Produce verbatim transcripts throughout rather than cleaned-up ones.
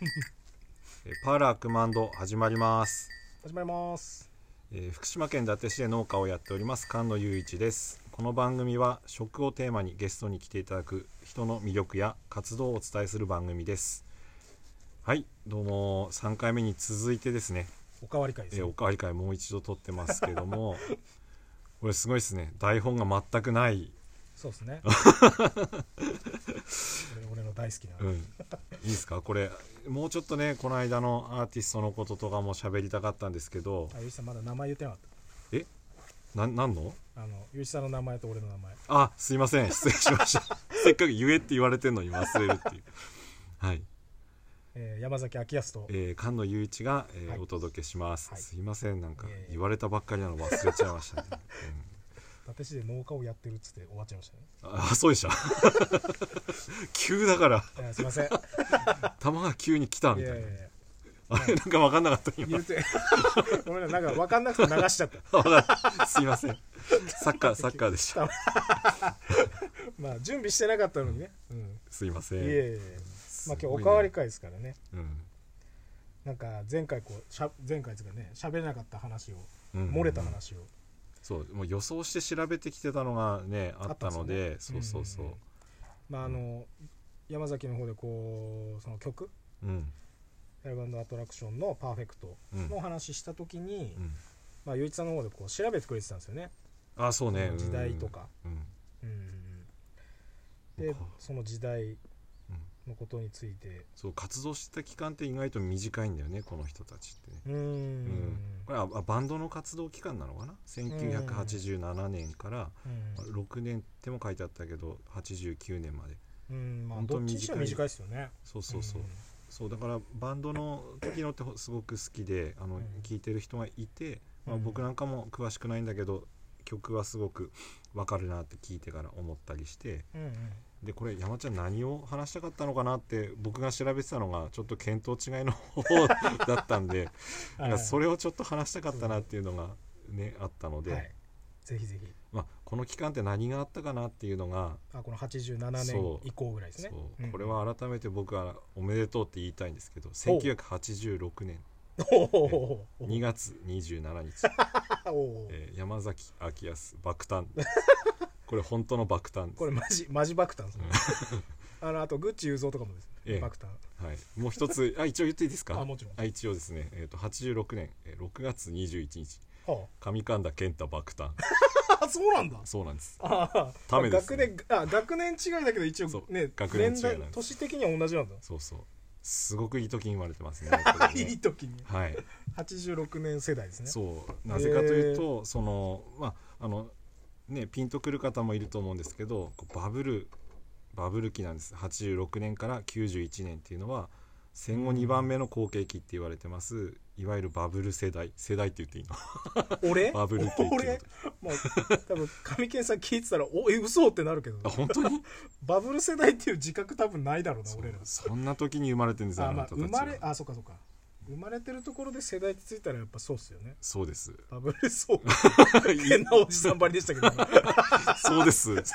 えパーラークマンド始まります。 始まります。 えー福島県伊達市で農家をやっております菅野雄一です。この番組は食をテーマにゲストに来ていただく人の魅力や活動をお伝えする番組です。はい、どうもさんかいめに続いてですね、 おかわり会です、ねえーおかわり会もう一度撮ってますけどもこれすごいですね、台本が全くない。 そうですね俺, 俺の大好きな、 うん、いいですか。これもうちょっとね、この間のアーティストのこととかも喋りたかったんですけど。 あ、ゆういちさんまだ名前言ってなかっえな何のた。あのゆういちさんの名前と俺の名前。 あ、すいません、失礼しましたせっかく言えって言われてんのに忘れるっていうはい、 えー、山崎昭康と、 えー、菅野雄一が、えーはい、お届けします、はい、すいません、なんか言われたばっかりなの忘れちゃいましたね、うん、 伊達市で農家をやってるっつって終わっちゃいましたね。 あ、そうでした急だからいや、すいません球が急に来たみたいな。いやいやいや、あれ、なんか分かんなかった今言うてごめんなさい、なんか分かんなくて流しちゃったすいません、サッカーサッカーでしたまあ準備してなかったのにね、うん、すいません。いえいえ、まあ今日おかわり会ですからね、 うん、 なんか前回こうしゃ前回ですかね、喋れなかった話を、うんうんうん、漏れた話を、 そうもう予想して調べてきてたのがねあったので、そうそうそう、うんうんうん、 まああの、うん、山崎の方でこうその曲、うん、エレバンドアトラクションのパーフェクトの話した時に、うん、まあゆういちさんの方でこう調べてくれてたんですよね。 あ、そうね、 その時代とか、 うんうんうん、でその時代のことについて、 そう活動した期間って意外と短いんだよね、この人たちってね。うん、うん、これはバンドの活動期間なのかな。せんきゅうひゃくはちじゅうななねんからろくねんっても書いてあったけどはちじゅうきゅうねんまで、 うん、まあ、どっちにしても短いですよね。 そうそうそう、うん、そうだからバンドの時のってすごく好きで、あの、うん、聴いてる人がいて、まあ、僕なんかも詳しくないんだけど曲はすごく分かるなって聞いてから思ったりして、うんうん、でこれ山ちゃん何を話したかったのかなって僕が調べてたのがちょっと見当違いの方だったんでなんかそれをちょっと話したかったなっていうのが、ね、あったので、はい、 ぜひぜひ、 まあ、この期間って何があったかなっていうのが、 あ、このはちじゅうななねん以降ぐらいですね。 そうそう、うん、これは改めて僕はおめでとうって言いたいんですけど、せんきゅうひゃくはちじゅうろくねんにがつにじゅうしちにちえー、山崎昭康爆誕これ本当の爆誕です。 これマジマジ爆誕ですねあのあとグッチ雄三とかもですね、ええ、爆誕、 はい、もう一つあ一応言っていいですか。 あ、もちろん。 あ、一応ですね、えー、とはちじゅうろくねんろくがつにじゅういちにち、はあ、上神田健太爆誕そうなんだ。 そうなんです。 あためですね。 学年、あ、学年違いだけど一応ね、 学年違いなんです。 年的には同じなんだ。 そうそう、すごくいい時に生まれてますねねいい時に、 はい、 はちじゅうろくねん世代ですね。 そうなぜかというと、そのまああのね、ピンとくる方もいると思うんですけど、バブルバブル期なんです。はちじゅうろくねんからきゅうじゅういちねんっていうのは戦後にばんめの好景気って言われてます、うん、いわゆるバブル世代世代って言っていいの俺バブル景気。 俺もう多分上健さん聞いてたらおえ嘘ってなるけど、 あ、本当にバブル世代っていう自覚多分ないだろうな。俺らそ, そんな時に生まれてるんですよ。 あ、まあ、生まれあそっかそっか生まれてるところで世代ってついたらやっぱそうっすよね。 そうです。 バブルそう変なおじさんばりでしたけど、ね、 そうですそう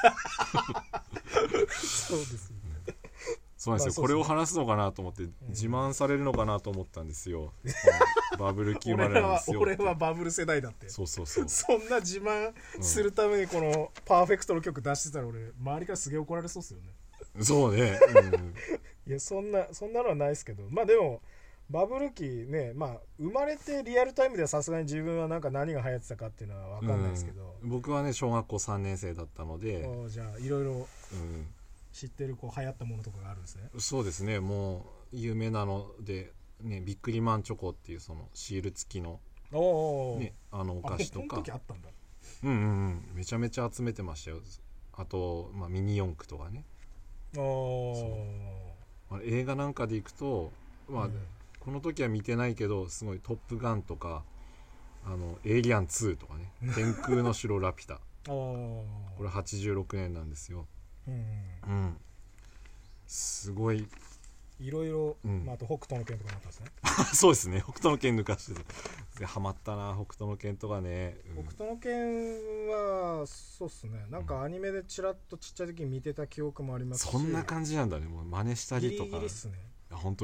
ですそうなんですよ、まあ、これを話すのかなと思って、うん、自慢されるのかなと思ったんですよバブル期生まれなんですよ俺は、俺はバブル世代だって。 そうそうそう、 そんな自慢するためにこのパーフェクトの曲出してたら俺周りからすげえ怒られそうっすよね。 そうね、うん、 いやそんなそんなのはないですけど、まあでもバブル期ね、まあ生まれてリアルタイムではさすがに自分はなんか何が流行ってたかっていうのは分かんないですけど、 うん、僕はね小学校さんねん生だったので、 じゃあいろいろ知ってるこう流行ったものとかがあるんですね。 そうですね、もう有名なので、ね、ビックリマンチョコっていうそのシール付きの、ね、あのお菓子とか、 あ、この時あったんだ。 うんうんうん、めちゃめちゃ集めてましたよ。あと、まあ、ミニ四駆とかね。あそう、まあ、映画なんかでいくと、まあ、うん、この時は見てないけどすごいトップガンとかあのエイリアンツーとかね天空の城ラピュタこれはちじゅうろくねんなんですよ、うんうん、すごいいろいろ、うん、まあ、あと北斗の拳とかもあったんですねそうですね、北斗の拳抜かしてハマったな、北斗の拳とかね、 うん、北斗の拳はそうっすね、なんかアニメでチラッとちっちゃい時に見てた記憶もありますし、 そんな感じなんだね、もう真似したりとか。 ギリギリっすね。 本当に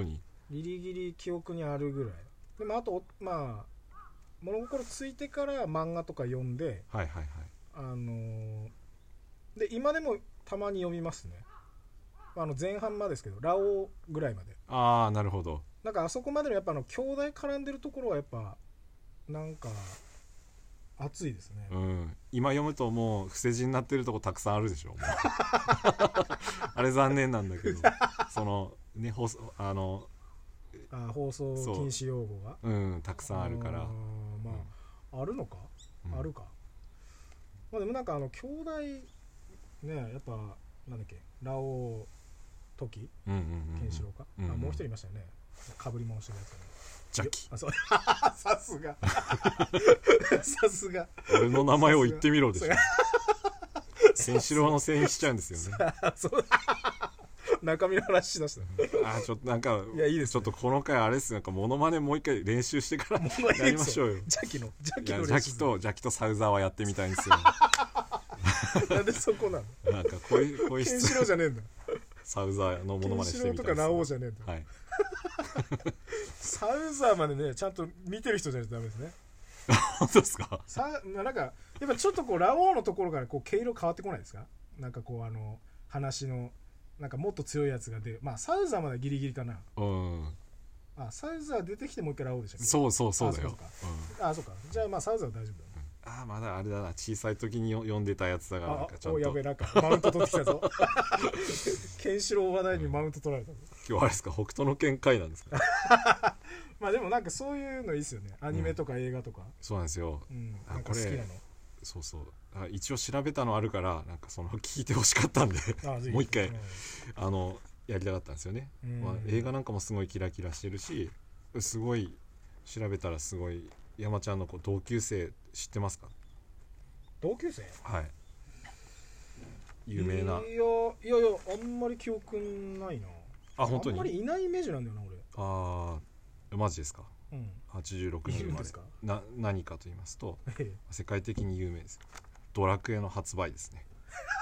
ギリギリ記憶にあるぐらいでもあとまあ物心ついてから漫画とか読んで、 はいはいはい、 あのー、で今でもたまに読みますね。あの前半までですけどラオウぐらいまで。 ああなるほど。 なんかあそこまでのやっぱあの兄弟絡んでるところはやっぱなんか熱いですね、 うん、今読むともう伏せ字になってるとこたくさんあるでしょあれ残念なんだけどそのね放送あのあ放送禁止用語がうんたくさんあるからあまあ、うん、あるのか、うん、あるか、まあ、でもなんかあの兄弟ねやっぱなんだっけラオウトキケンシロウか、うんうん、あもう一人いましたよねかぶり物してるやつねジャッキあそうさすがさすが俺の名前を言ってみろでしょケンシロウのせいにしちゃうんですよねそう中身の話しだしたあちょっとなんかいやいいです、ね、 ちょっとこの回あれですなんかモノマネもう一回練習してからやりましょうよジャキのジャキのジャキとジャキとサウザーはやってみたいんですよなんでそこなのなんかこういうこういうケンシロウじゃねえんだサウザーのモノマネしてみたいです、ね、 ケンシロウとかラオウじゃねえんだ、 はい、 サウザーまでねちゃんと見てる人じゃないとダメですね本当ですか。 さなんかやっぱちょっとこうラオウのところからこう毛色変わってこないですか。なんかこうあの話のなんかもっと強いやつが出る。まあサウザーまでギリギリかな。 うんあサウザー出てきてもう一回ラオウでしたっけ。 そうそうそうだよ。 あそうか、うん、あそうかじゃあまあサウザーは大丈夫だ、ね、 ああまだあれだな小さい時に読んでたやつだからなんかちゃんとおやべなんかマウント取ってきたぞケンシロウ話題にマウント取られたぞ、 今日はあれですか北斗の拳会なんですかまあでもなんかそういうのいいっすよねアニメとか映画とか、うん、 そうなんですよ、 うん、なんか好きなのそうそうあ一応調べたのあるからなんかその聞いてほしかったんでもう一回、うん、あのやりたかったんですよね、うんまあ、映画なんかもすごいキラキラしてるしすごい調べたらすごい山ちゃんのこう同級生知ってますか。 同級生はい有名な、 いやいやいやあんまり記憶ないなあ本当にあんまりいないイメージなんだよな俺。 ああマジですか、うん、はちじゅうろくねん生まれな何かと言いますと世界的に有名ですドラクエの発売ですね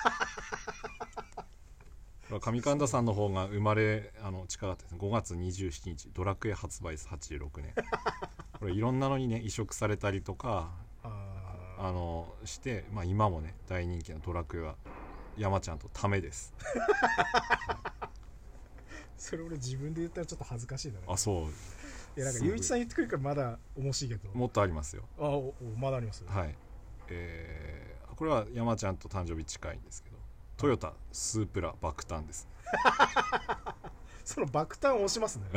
上神田さんの方が生まれあの近かったですねごがつにじゅうしちにちドラクエ発売ですはちじゅうろくねんこれいろんなのにね移植されたりとかああのして、まあ、今もね大人気のドラクエは山ちゃんとためですそれ俺自分で言ったらちょっと恥ずかしいな、ね、 あそういやなんかゆういちさん言ってくるからまだ面白いけどもっとありますよ。 あおまだありますはい、えー、これは山ちゃんと誕生日近いんですけどトヨタスープラ爆誕ですその爆誕押しますね、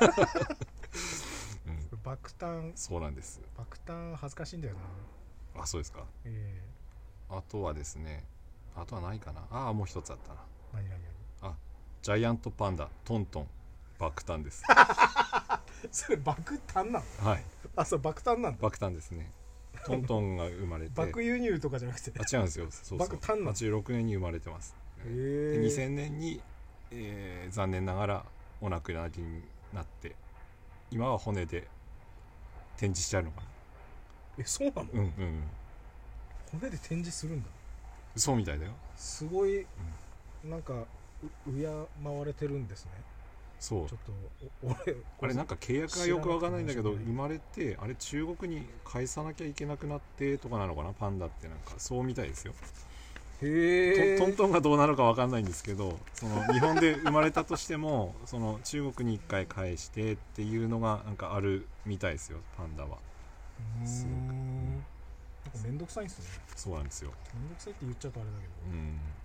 うん、爆誕そうなんです爆誕恥ずかしいんだよなあそうですか、 えー、あとはですねあとはないかなああもう一つあったな何何何あジャイアントパンダトントン爆誕ですそれ爆誕なの。 はいあそう爆誕なんだ爆誕ですねトントンが生まれて爆輸入とかじゃなくてあ違うんですよそうそう爆誕なのはちじゅうろくねんに生まれてますへでにせんねんに、えー、残念ながらお亡くなりになって今は骨で展示してあるのかなえそうなのうんうん骨で展示するんだそうみたいだよすごい、うん、なんか敬われてるんですねそうちょっと俺あれなんか契約がよくわかんないんだけど生まれてあれ中国に返さなきゃいけなくなってとかなのかなパンダってなんかそうみたいですよへえトントンがどうなるかわかんないんですけどその日本で生まれたとしてもその中国に一回返してっていうのがなんかあるみたいですよパンダはうーんなんかめんどくさいんですねそうなんですよめんどくさいって言っちゃうとあれだけど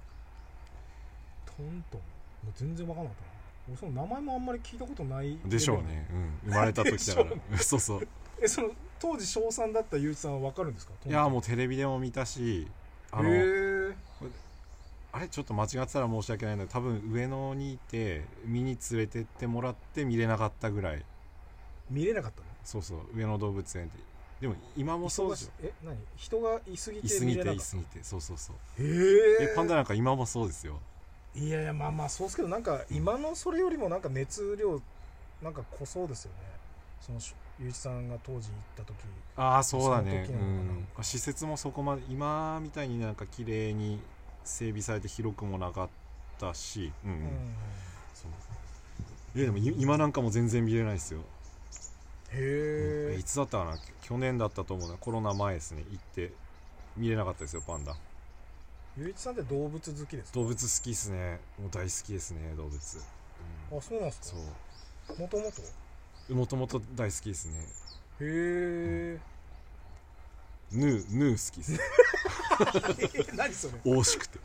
うんトントンもう全然わかんなかったな俺その名前もあんまり聞いたことないでしょうね、うん、生まれた時だから、ね、そうそうえその当時小さんだったゆういちさんは分かるんですか。 いやもうテレビでも見たしあのへあれちょっと間違ってたら申し訳ないんだけど多分上野にいて見に連れてってもらって見れなかったぐらい見れなかったの。 そうそう上野動物園ってでも今もそうですよえ何人がいすぎていすぎていすぎてそうそうそうへえパンダなんか今もそうですよいやいやまあまあそうですけどなんか今のそれよりもなんか熱量なんか濃そうですよねそのゆういちさんが当時行った時ああそうだねうん施設もそこまで今みたいになんか綺麗に整備されて広くもなかったしうん、うん、そうえでも今なんかも全然見れないですよ。 へえ、 うん、いつだったかな、去年だったと思うな、コロナ前ですね。行って見れなかったですよパンダ。 ゆういちさんって動物好きですか？ 動物好きですね。もう大好きですね動物、 うん、あ、そうなんですか。そうもともともともと大好きですね。へえ、 うん、ヌーヌー好きですね何それ惜しくて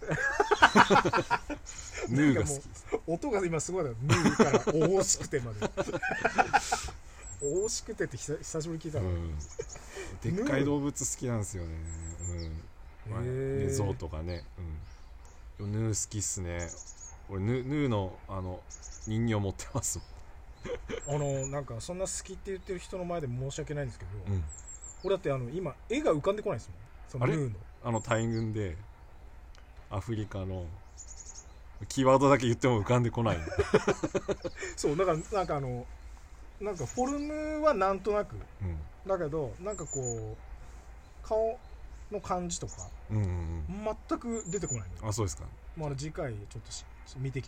ヌーが好きです。 音が今すごいな、ヌーから惜しくてまで惜しくてって久しぶりに聞いたの、うん、 でっかい動物好きなんですよね。うん、まあ、ね、ゾウとかね、うん、ヌー好きっすね。俺 ヌ, ヌーのあの人形持ってますもんあのなんかそんな好きって言ってる人の前で申し訳ないんですけど、うん、俺だってあの今絵が浮かんでこないですもん。そのヌーのあの大群でアフリカのキーワードだけ言っても浮かんでこないそうだからなんかあのなんかフォルムはなんとなく、うん、だけどなんかこう顔の感じとか、うんうんうん、全く出てこないの。 あ、そうですか。 もう次回ちょっとし見てき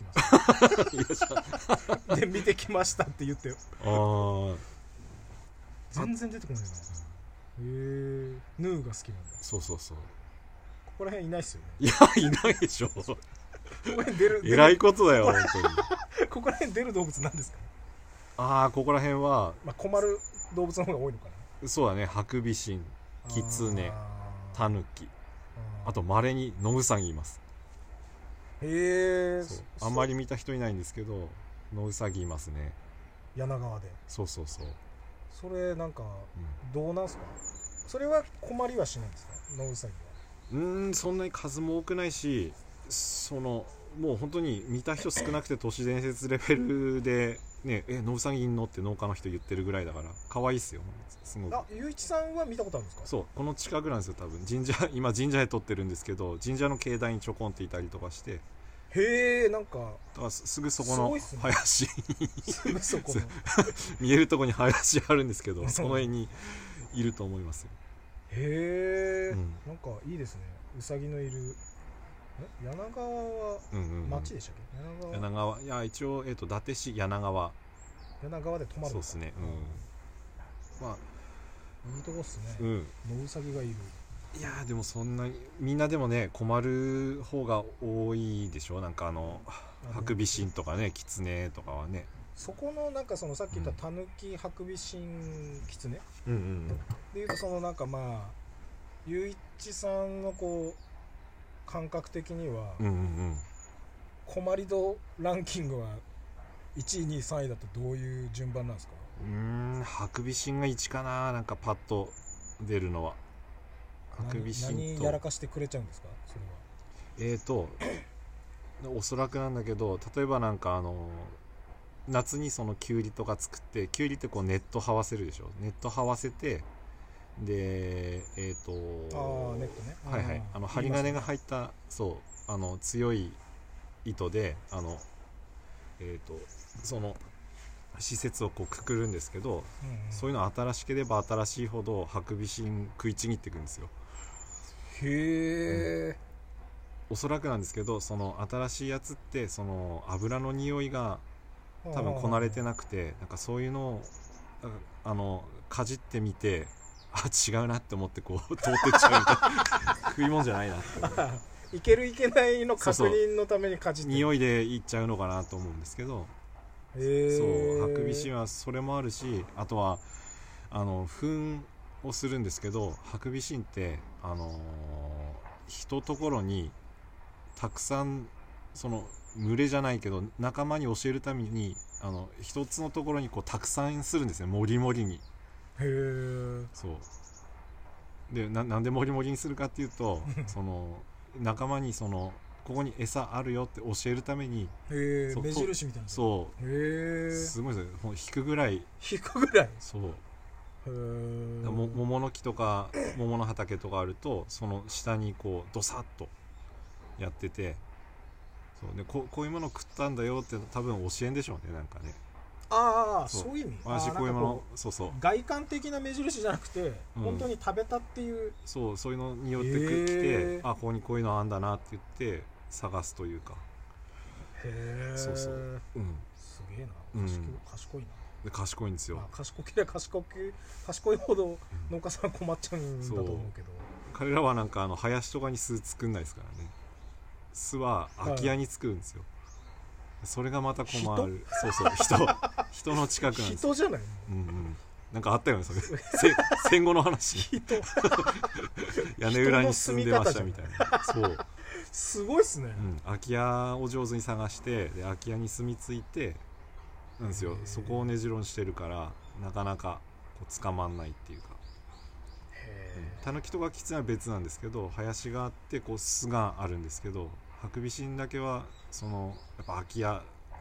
ますで見てきましたって言ってよ。あ全然出てこないな。へえ、ヌーが好きなんだ。 そうそうそう。 ここら辺いないっすよね。 いやいないでしょここら辺出るえらいことだよ本当にここら辺出る動物なんですか？ ああ、ここら辺は、 まあ、困る動物の方が多いのかな。 そうだね、ハクビシン、キツネ、タヌキ、あと稀にノウサギいます。へえ。あんまり見た人いないんですけどノウサギいますね、 柳川で。 そうそうそう。 それなんかどうなんすか、うん、それは困りはしないんですか、ノウサギは。 うーん、そんなに数も多くないし、そのもう本当に見た人少なくて都市伝説レベルでね、え、ノウサギいんのって農家の人言ってるぐらいだから可愛いっすよ、すごく。 あ、ゆういちさんは見たことあるんですか？ そう、この近くなんですよ多分。神社、今神社で撮ってるんですけど、神社の境内にちょこんっていたりとかして、 へえ、なんかだからすぐそこの林に、 すぐそこの見えるとこに林あるんですけどその辺にいると思いますよ。 へえ、うん、なんかいいですね、ウサギのいる。柳川は町でしたっけ、うんうんうん、 柳川。柳川、いや一応、えー、と伊達市柳川。 柳川で泊まる。 そうですね、うん、まあいいとこっすね、うん、ノウサギがいる。 いやでもそんなにみんなでもね困る方が多いでしょ。なんかあのハクビシンとかね、キツネとかはね。 そこのなんかそのさっき言ったタヌキ、ハクビシン、キツネ、うんうんうん、でいうとそのなんかまあゆういちさんのこう感覚的には、うんうんうん、困り度ランキングはいちいにいさんいだとどういう順番なんですか？ うーん、ハクビシンがいちかな、なんかパッと出るのは。ハクビシンと何やらかしてくれちゃうんですかそれは。えーとおそらくなんだけど、例えばなんかあの夏にそのキュウリとか作って、キュウリってこうネット這わせるでしょ。ネット這わせて、でえっ、ー、とあネットね、 はいはい、あの針金が入った、そうあの強い糸であのえっ、ー、とその施設をこうくくるんですけど、うんうん、そういうの新しければ新しいほどハクビシン食いちぎっていくんですよ。 へえ、 うん、おそらくなんですけど、その新しいやつってその油の匂いが多分こなれてなくて、なんかそういうのをあのかじってみて、あ違うなって思ってこう通ってっちゃうみたいな食い物じゃないなっていけるいけないの確認のためにかじって、 匂いでいっちゃうのかなと思うんですけど、そうハクビシンはそれもあるし、あとはあの糞をするんですけど、ハクビシンってあのー、一ところにたくさんその群れじゃないけど仲間に教えるためにあの一つのところにこうたくさんするんですね、もりもりに。へー、そうで な, なんでもりもりにするかっていうとその仲間にそのここに餌あるよって教えるために、 へ目印みたいな。 そうへすごいですよ、引くぐらい引くぐらい。 そうへも桃の木とか桃の畑とかあるとその下にこうドサッとやってて、そうで こ, こういうもの食ったんだよって多分教えんでしょうね、なんかね。 ああ、そういう意味。 私こういうもの、そうそう、 外観的な目印じゃなくて、うん、本当に食べたっていう、 そうそういうのによって来て、あここにこういうのあんだなって言って探すというか。 へえ、 そうそう、うん、 すげげえな、賢い、 うん、 賢いな。 で賢いんですよ、 まあ、賢ければ賢く賢いほど農家さん困っちゃうんだと思うけど、 彼らはなんかあの林とかに巣作んないですからね。巣は空き家に作るんですよ、はい、それがまた困る。そうそう、人人の近くなんです。 人じゃないの、 うんうん、なんかあったよねそれ戦後の話人屋根裏に住んでましたみたいな。そうすごいっすね、 うん、空き家を上手に探してで空き家に住み着いてなんですよ。そこを根城にしてるからなかなかこう捕まんないっていうか、タヌキとかキツネは別なんですけど林があってこう巣があるんですけど、ハクビシンだけはそのやっぱ空き家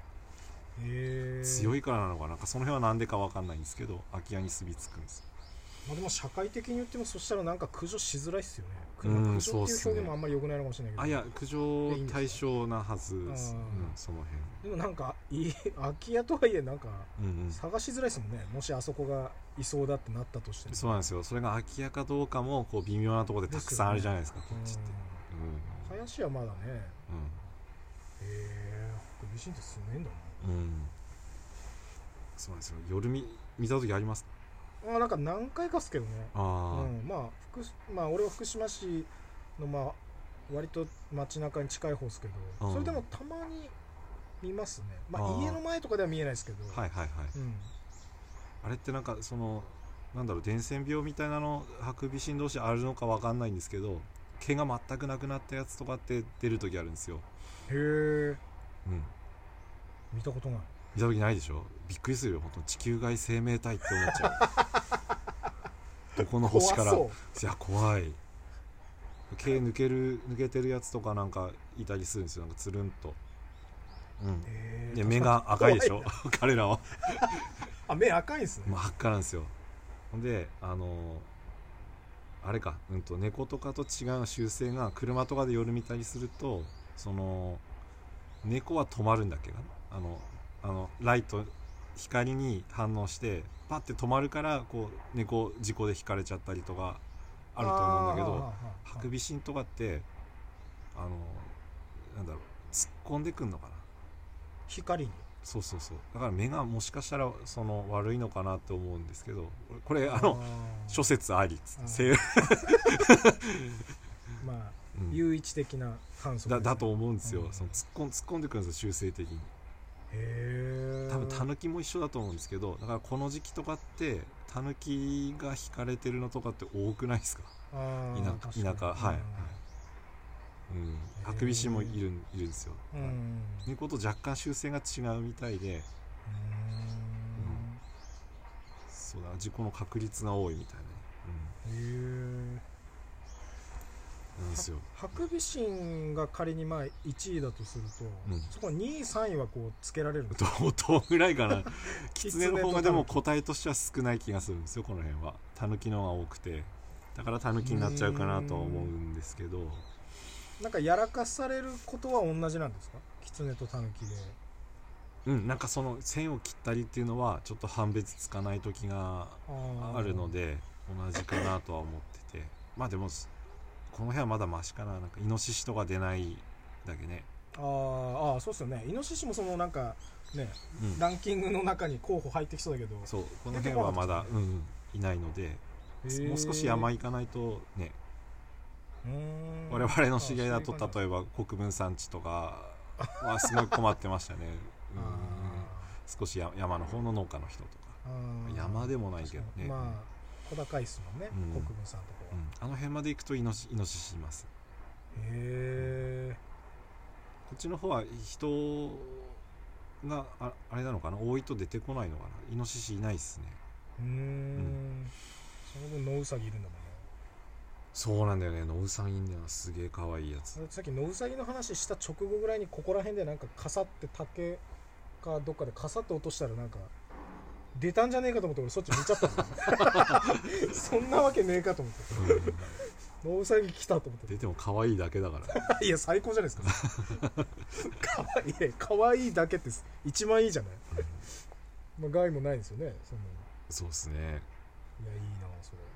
強いからなのかな、なんかその辺はなんでか分かんないんですけど空き家に住み着くんです。 まあ、でも社会的に言ってもそしたらなんか駆除しづらいっすよね。駆除っていう表現もあんまり良くないのかもしれないけど、 あいや駆除対象なはずです、うん、その辺でもなんかい空き家とはいえなんか探しづらいですもんね、うんうん、もしあそこがいそうだってなったとしても。 そうなんですよ。それが空き家かどうかもこう微妙なところでたくさんあるじゃないですか、こっちって、 うん、林はまだね、うん、へえハクビシンってすごいんだな、うん、 そうなんですよ。夜見見た時ありますか？ あなんか何回かっすけどね。 あ、 うん、まあ福まあ俺は福島市のまあ割と街中に近い方ですけど、それでもたまに見ますね。まあ家の前とかでは見えないですけど。 はいはいはい。うん、あれってなんかそのなんだろう伝染病みたいなのハクビシン同士あるのかわかんないんですけど、毛が全くなくなったやつとかって出る時あるんですよ。 へえ。うん。見たことない。 見た時ないでしょ。びっくりするよ本当。地球外生命体って思っちゃうどこの星から。いや怖い。毛抜ける抜けてるやつとかなんかいたりするんですよ。なんかつるんと、うん、で目が赤いでしょ彼らはあ目赤いんですね。 真っ赤なんですよ。ほんであのあれか、うんと猫とかと違う習性が車とかで夜見たりすると、その猫は止まるんだっけかな、あのあのライト光に反応してパッて止まるからこう猫事故でひかれちゃったりとかあると思うんだけど、ハクビシンとかってあのなんだろう突っ込んでくんのかな光に。そうそうそう、だから目がもしかしたらその悪いのかなと思うんですけど、これあの諸説ありっつってまあ、うん、唯一的な観測、 ね、だ, だと思うんですよ、うん、その突っ込ん突っ込んでくるんですよ習性的に。へ多分タヌキも一緒だと思うんですけど、だからこの時期とかってタヌキが引かれてるのとかって多くないですか？あ田舎、田舎、はい、うん、ハクビシンもいる、いるんですよ。猫と若干習性が違うみたいで、うん、そうだ事故の確率が多いみたいな、うん、へえなんですよ。 ハクビシンが仮にまあいちいだとすると、うん、そこにいさんいはこうつけられるんですか？ どうどうぐらいかなキツネの方がでも個体としては少ない気がするんですよ。この辺はタヌキの方が多くて、だからタヌキになっちゃうかなとは思うんですけど、 なんかやらかされることは同じなんですか？キツネとタヌキで。 うん、なんかその線を切ったりっていうのはちょっと判別つかない時があるので同じかなとは思ってて、まあでもこの辺はまだマシかな。なんかイノシシとか出ないだけね。 ああそうっすよね。イノシシもそのなんかね、うん、ランキングの中に候補入ってきそうだけど、 そうこの辺はまだ、うん、いないので、もう少し山行かないとね。うーん我々の知り合いだと例えば国分山地とかはすごい困ってましたね。うん少し山の方の農家の人とか、山でもないけどね。 まあ小高いっすもんね、うん、国分さんとこは、 うん、あの辺まで行くとイノシ、イノシシいます。へえ。こっちの方は人が あ, あれなのかな、多いと出てこないのかな。イノシシいないっすね。うーん、うん、 その分ノウサギいるんだもんね。 そうなんだよね、ノウサギいんだよな、すげえ可愛いやつ。 さっきノウサギの話した直後ぐらいにここら辺でなんかかさって竹かどっかでかさって落としたらなんか出たんじゃねえかと思って俺そっち見ちゃったそんなわけねえかと思って、うん、ノウサギ来たと思って。 出ても可愛いだけだからいや最高じゃないですかかわいい可愛いだけって一番いいじゃない、うん、まあ害もないですよね。そのそうですね。いやいいなそれ。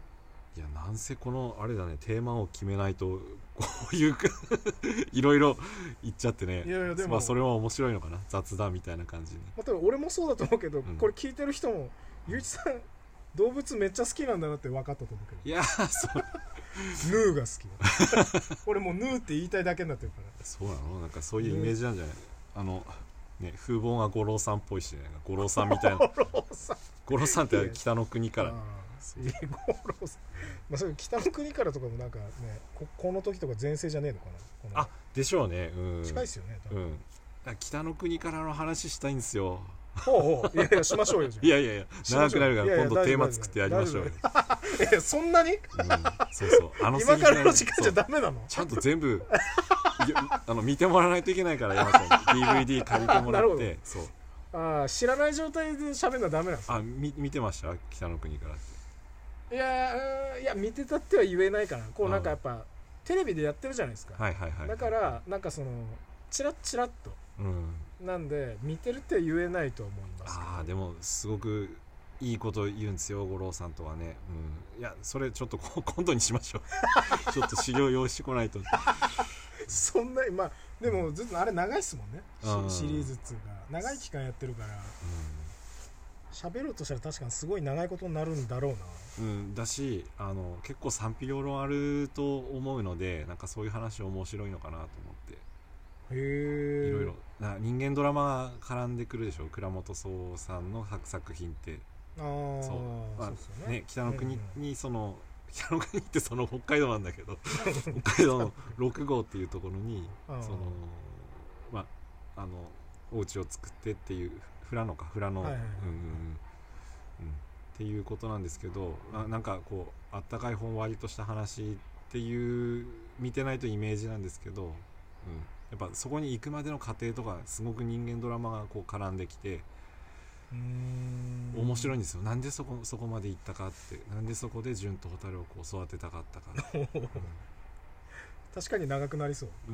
いやなんせこのあれだねテーマを決めないとこういういろいろ言っちゃってね。 いやいやでも、 まあ、それは面白いのかな雑談みたいな感じに。 まあ、俺もそうだと思うけど、 うん、 これ聞いてる人もゆういちさん動物めっちゃ好きなんだなって分かったと思うけど。 いやそうヌーが好き俺もうヌーって言いたいだけになってるから。 そうなのなんかそういうイメージなんじゃない、あのね風貌が五郎さんっぽいしね五郎さんみたいな五郎さん五郎さんって北の国から五郎さん、まあ、それ北の国からとかもなんかね こ, この時とか前世じゃねえのかな。 あでしょうね、うん、 近いっすよね多分、 うん、北の国からの話したいんですよ。 ほうほういやいやしましょうよじゃいやいやいや長くなるから今度テーマ作ってやりましょうよ。 えそんなに、うん、 そうそうあの今からの時間じゃダメなの。 ちゃんと全部あの見てもらわないといけないから山ちゃん ディーブイディー 借りてもらってそうあ知らない状態で喋るのはダメなんですか。 あみ見てました北の国からって。 いやいや見てたっては言えないかな。こうなんかやっぱテレビでやってるじゃないですか、 はいはいはい、 だからなんかそのチラッチラッと、うん、なんで見てるって言えないと思いますけど。 あでもすごくいいこと言うんですよ五郎さんとはね、うん、いやそれちょっと今度にしましょうちょっと資料用意してこないとそんなまあでもずっとあれ長いっすもんね、シリーズにが長い期間やってるから喋、うん、ろうとしたら確かにすごい長いことになるんだろうな、 うん、だしあの結構賛否両論あると思うのでなんかそういう話面白いのかなと思って。 へえ。 いろいろな人間ドラマが絡んでくるでしょ倉本壮さんの作品って。 あそう、まあ、そうですよね。 ね北の国にその、うんうん、北の国ってその北海道なんだけど北海道のろく号っていうところにそのまああのお家を作ってっていう富良野か富良野、はいはいはい、うんうんうん、っていうことなんですけどな, なんかこうあったかいほんわりとした話っていう見てないとイメージなんですけど、うん、やっぱそこに行くまでの過程とかすごく人間ドラマがこう絡んできてうーん面白いんですよ。なんでそこ、そこまで行ったかってなんでそこで純と蛍をこう育てたかったか、うん、 確かに長くなりそう、うん、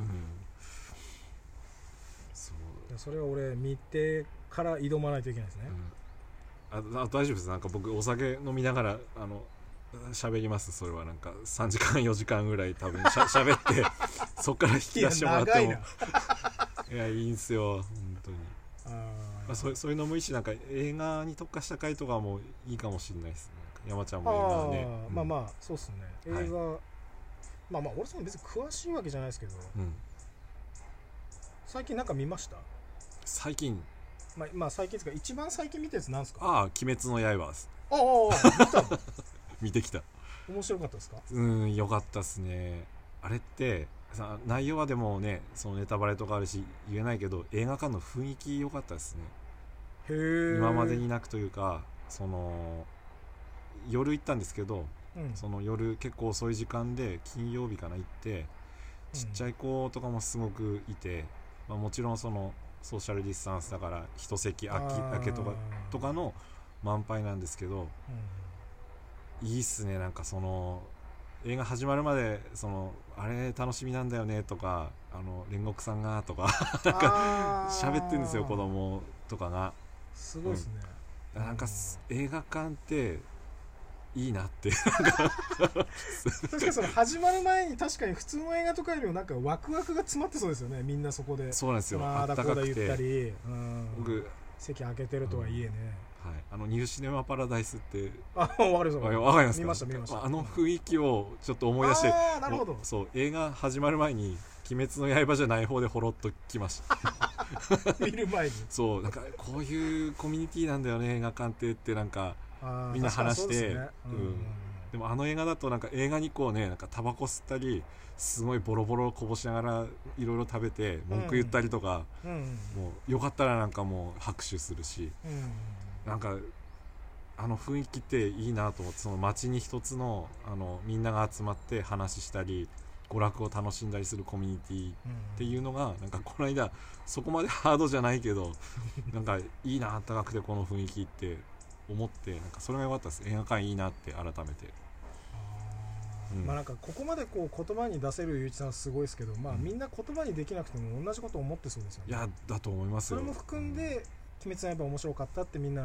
そうそれは俺見てから挑まないといけないですね、 うん、ああ大丈夫です。なんか僕お酒飲みながらあの喋ります。それはなんかさんじかんよじかんぐらい多分しゃ喋ってそっから引き出してもらってもい や, いやいいんすよ本当に。あまあ、そ, そういうのもいいしなんか映画に特化した回とかもいいかもしれないですね。山ちゃんも映画ね、 あ、うん、まあまあそうっすね映画、はい、まあまあ俺その別に詳しいわけじゃないですけど、うん、最近なんか見ました？ 最近まあ、まあ最近ですか一番最近見たやつなんですか？ ああ鬼滅の刃です。 ああ見たの見てきた。 面白かったですか？ うんよかったっすね。あれってさ内容はでもねそのネタバレとかあるし言えないけど映画館の雰囲気良かったですね。 へー今までになくというかその夜行ったんですけど、うん、その夜結構遅い時間で金曜日かな行ってちっちゃい子とかもすごくいて、まあ、もちろんそのソーシャルディスタンスだから一席空き空けとかとかの満杯なんですけど、うん、いいっすね。なんかその映画始まるまでそのあれ楽しみなんだよねとかあの煉獄さんがとかなんか喋ってるんですよ子供とかが。 すごいですね、 うん、なんか映画館っていいなって確かにその始まる前に確かに普通の映画とかよりもなんかワクワクが詰まってそうですよね。みんなそこでそうなんですよ。 あったかくて言ったり、 うん、僕席開けてるとはいえね、 うんはい、あのニューシネマパラダイスってあ分かります分かりますか？ 見ました見ました。 あの雰囲気をちょっと思い出してあなるほどそう映画始まる前に鬼滅の刃じゃない方でほろっときました見る前にそうなんかこういうコミュニティなんだよね映画館ってってなんかみんな話して、ねうんうん、でもあの映画だとなんか映画にこうねなんかタバコ吸ったりすごいボロボロこぼしながらいろいろ食べて文句言ったりとか、うんうん、もうよかったらなんかもう拍手するし、うんうん、なんかあの雰囲気っていいなと思って、その街に一つの、あのみんなが集まって話したり娯楽を楽しんだりするコミュニティっていうのがなんかこの間そこまでハードじゃないけどなんかいいな、高くてこの雰囲気って思って、なんかそれが良かったです。映画館いいなって改めて。 うん、まあなんかここまでこう言葉に出せるゆういちさんはすごいですけど、まあみんな言葉にできなくても同じことを思ってそうですよね。 いやだと思いますよ。 それも含んで、うん、鬼滅の刃面白かったってみんな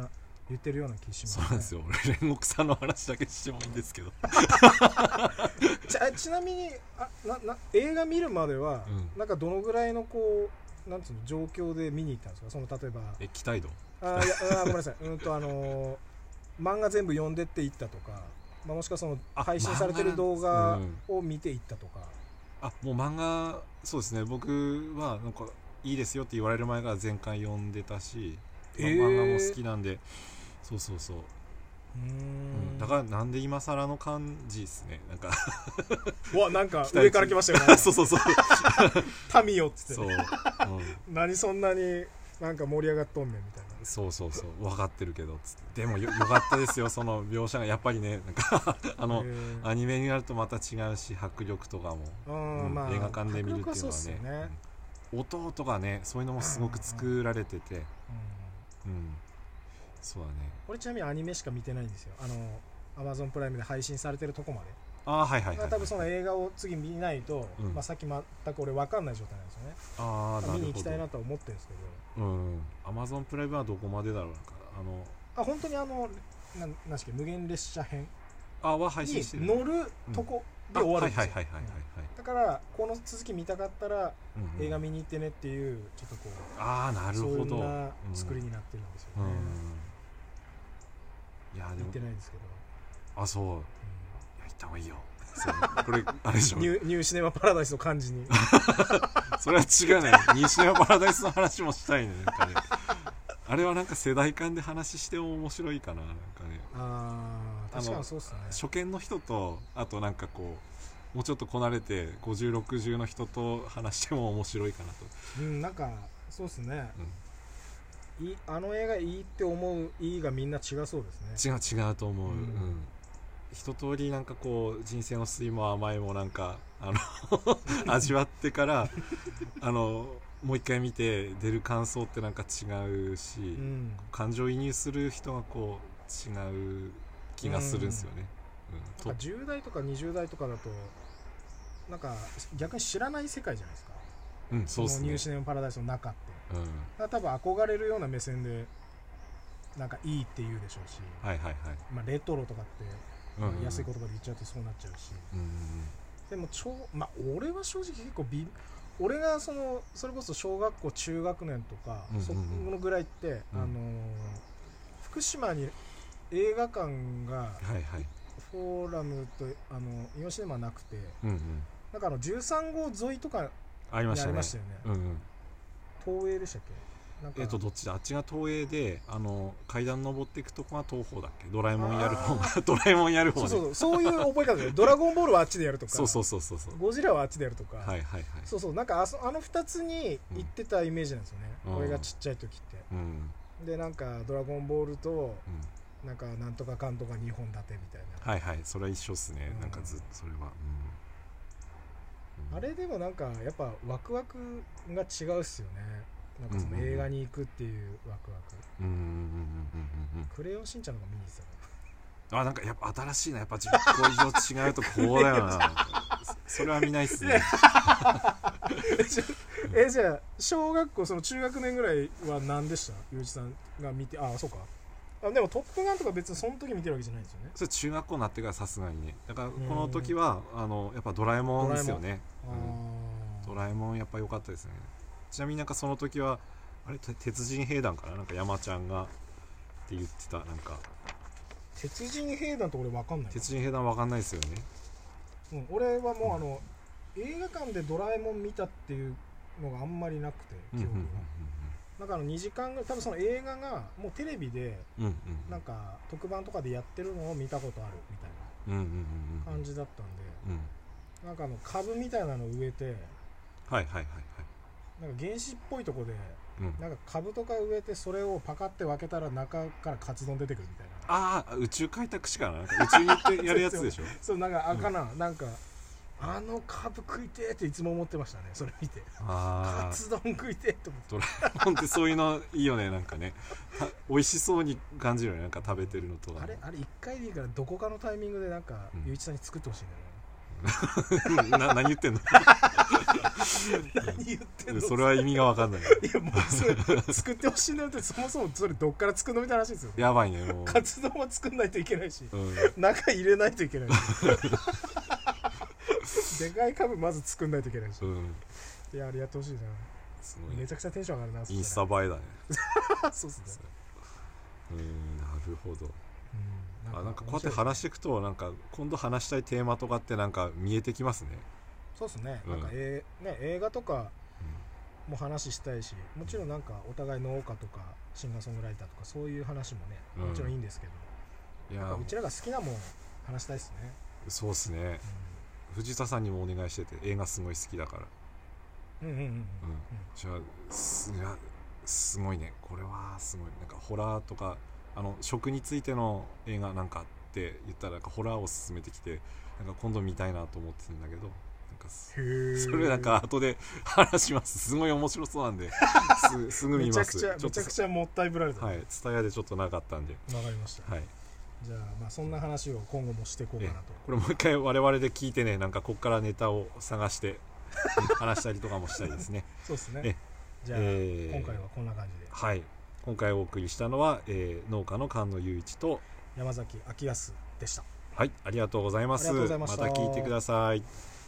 言ってるような気します、 ね、そうなんですよ。俺煉獄さんの話だけしてもいいんですけどち, ちなみにあなな映画見るまでは、うん、なんかどのぐらいのこうなんつうの状況で見に行ったんですか？その例えばえ期待度あいやあごめんなさいうんとあのー、漫画全部読んでって行ったとか、まあ、もしくはその配信されてる動画を見て行ったとか、 うん、あもう漫画そうですね。僕はなんかいいですよって言われる前から全巻読んでたし、まあ、漫画も好きなんで、そうそうそう、うーん、うん、だからなんで今更の感じですね。なんかうわなんか上から来ましたよねそうそうそう民よっつって、そう、うん、何そんなになんか盛り上がっとんねんみたいな。 そうそうそう分かってるけどつってでも よ, よかったですよその描写がやっぱりねなんかあのアニメになるとまた違うし迫力とかも、うん、まあ、映画館で見るっていうのは ね, ね、うん、音とかねそういうのもすごく作られてて、うん、うん、そうだね。 俺ちなみにアニメしか見てないんですよ。あの Amazon プライムで配信されてるとこまで。 あ、はいはいはいはい、 多分その映画を次見ないと、うん、まあ、さっき全く俺分かんない状態なんですよね。 あ、 見に行きたいなとは思ってるんですけど、うん、Amazon プライムはどこまでだろう。なんかあのあ本当にあのななんしっけ無限列車編あは配信してるに乗るとこで終わるんですよ。だからこの続き見たかったら、うんうん、映画見に行ってねっていうちょっとこうあなるほどそういうな作りになってるんですよね、 うん、いやでも行ってないですけど。 あそう、うん、いや行った方がいいよこれあれでしょニュー、ニューシネマパラダイスの感じにそれは違うね。ニューシネマパラダイスの話もしたいね。なんかねあれはなんか世代間で話しても面白いかな。なんかねああ確かにそうっすね。 初見の人とあとなんかこうもうちょっとこなれてごじゅうろくじゅうの人と話しても面白いかなと。 うんなんかそうっすね、うん、いあの映画いいって思ういいがみんな違そうですね。 違う違うと思う、うんうん、一通りなんかこう人生の酸いも甘いもなんかあの味わってからあのもう一回見て出る感想ってなんか違うし、うん、感情移入する人がこう違う気がするんですよね、 うんうん、なんかじゅう代とかにじゅう代とかだとなんか逆に知らない世界じゃないですか、 うん、そうっすね。 そのニューシネマパラダイスの中って、うん、だから多分憧れるような目線でなんかいいって言うでしょうし、 はいはいはい、 まあ、レトロとかってまあ、安い言葉で言っちゃうとそうなっちゃうし、うんうん、でもちょ、まあ、俺は正直結構ビ俺がそのそれこそ小学校中学年とか、うんうんうん、そのぐらいって、うん、あのー、福島に映画館が、はいはい、フォーラムとあのイオンシネマなくて、うんうん、なんかあのじゅうさん号沿いとかにありましたよね、うんうん、東映でしたっけ。なんかえー、とどっちだ。あっちが東映であの階段登っていくとこが東宝だっけ。ドラえもんやる方がドラえもんやる方でそうそうそういう覚え方でドラゴンボールはあっちでやるとかそうそうそうそうゴジラはあっちでやるとか、 はいはいはい、 そうそうなんかあ, そあのふたつに行ってたイメージなんですよね、うん、俺がちっちゃい時って、うん、でなんかドラゴンボールと、うん、なんかなんとかかんとかにほん立てみたいな。 はいはいそれは一緒っすね、うん、なんかずっとそれは、 うん、あれでもなんかやっぱワクワクが違うっすよね。なんかその映画に行くっていうワクワク。うんうんうんうんうん。クレヨンしんちゃんの方が見に行ってたな。あなんかやっぱ新しいな。やっぱじゅっこ以上違うとこうだよな。それは見ないっすね。 えじゃあ小学校その中学年ぐらいは何でした？ゆういちさんが見てあそうか。あでもトップガンとか別にその時見てるわけじゃないんですよね。 それ中学校になってからさすがにね。だからこの時はあのやっぱドラえもんですよね。ドラえもん、うん、やっぱ良かったですね。ちなみになんかその時はあれ鉄人兵団かななんか山ちゃんがって言ってた。なんか鉄人兵団と俺分かんない。 鉄人兵団分かんないですよね、 うん、俺はもうあの、うん、映画館でドラえもん見たっていうのがあんまりなくて記憶が、うんうんうんうん、なんかあのにじかんぐらい多分その映画がもうテレビで、うんうん、なんか特番とかでやってるのを見たことあるみたいな感じだったんで、うん、なんかあの株みたいなの植えてはいはいはいはいなんか原子っぽいとこで、うん、なんか株とか植えてそれをパカって分けたら中からカツ丼出てくるみたいな。 ああ宇宙開拓士かな。なんか宇宙に行ってやるやつでしょそうなんかあかな、うん、なんかあの株食いてーっていつも思ってましたねそれ見て。あカツ丼食いてーって思って。 ドラえもんってそういうのいいよね。なんかね美味しそうに感じるよね。なんか食べてるのとあれあれいっかいでいいからどこかのタイミングでなんか、うん、ゆういちさんに作ってほしいんだよね。 な何言ってんの何言ってんのそれは意味が分かんない。いやもうそれ作ってほしいなってそもそもそれどっから作るのみたいな話ですよ。 やばいねもう。 カツ丼は作んないといけないし、 うん、 中入れないといけないしでかい株まず作んないといけないし、うん、いやありがとうしいな。すごいめちゃくちゃテンション上がるな。 インスタ映えだねそうっすね。 うんなるほど。うん、なんかあなんかこうやって話していくとなんか今度話したいテーマとかってなんか見えてきますね。 そうですね、うん、なんか、えーね、映画とかも話したいし、もちろんなんかお互い農家とかシンガーソングライターとかそういう話もね、うん、もちろんいいんですけど、いやうちらが好きなもん話したいですね。 そうですね、うん、藤田さんにもお願いしてて映画すごい好きだからうんうんうんうん、うん、 じゃあすすごいねこれはすごいなんかホラーとかあの食についての映画なんかって言ったらなんかホラーを勧めてきてなんか今度見たいなと思ってるんだけどそれなんか後で話します。すごい面白そうなんですすぐ見ます。 めちゃくちゃめちゃくちゃもったいぶられた、 はい、ツタヤでちょっとなかったんでわかりました、 はい、 じゃあまあそんな話を今後もしていこうかなと。 これもう一回我々で聞いてねなんかここからネタを探して話したりとかもしたいですねそうですね。じゃあ、えー、今回はこんな感じで、 はい、今回お送りしたのは、えー、農家の菅野雄一と山崎昭康でした。 はい、ありがとうございます。 ありがとうございました。 また聞いてください。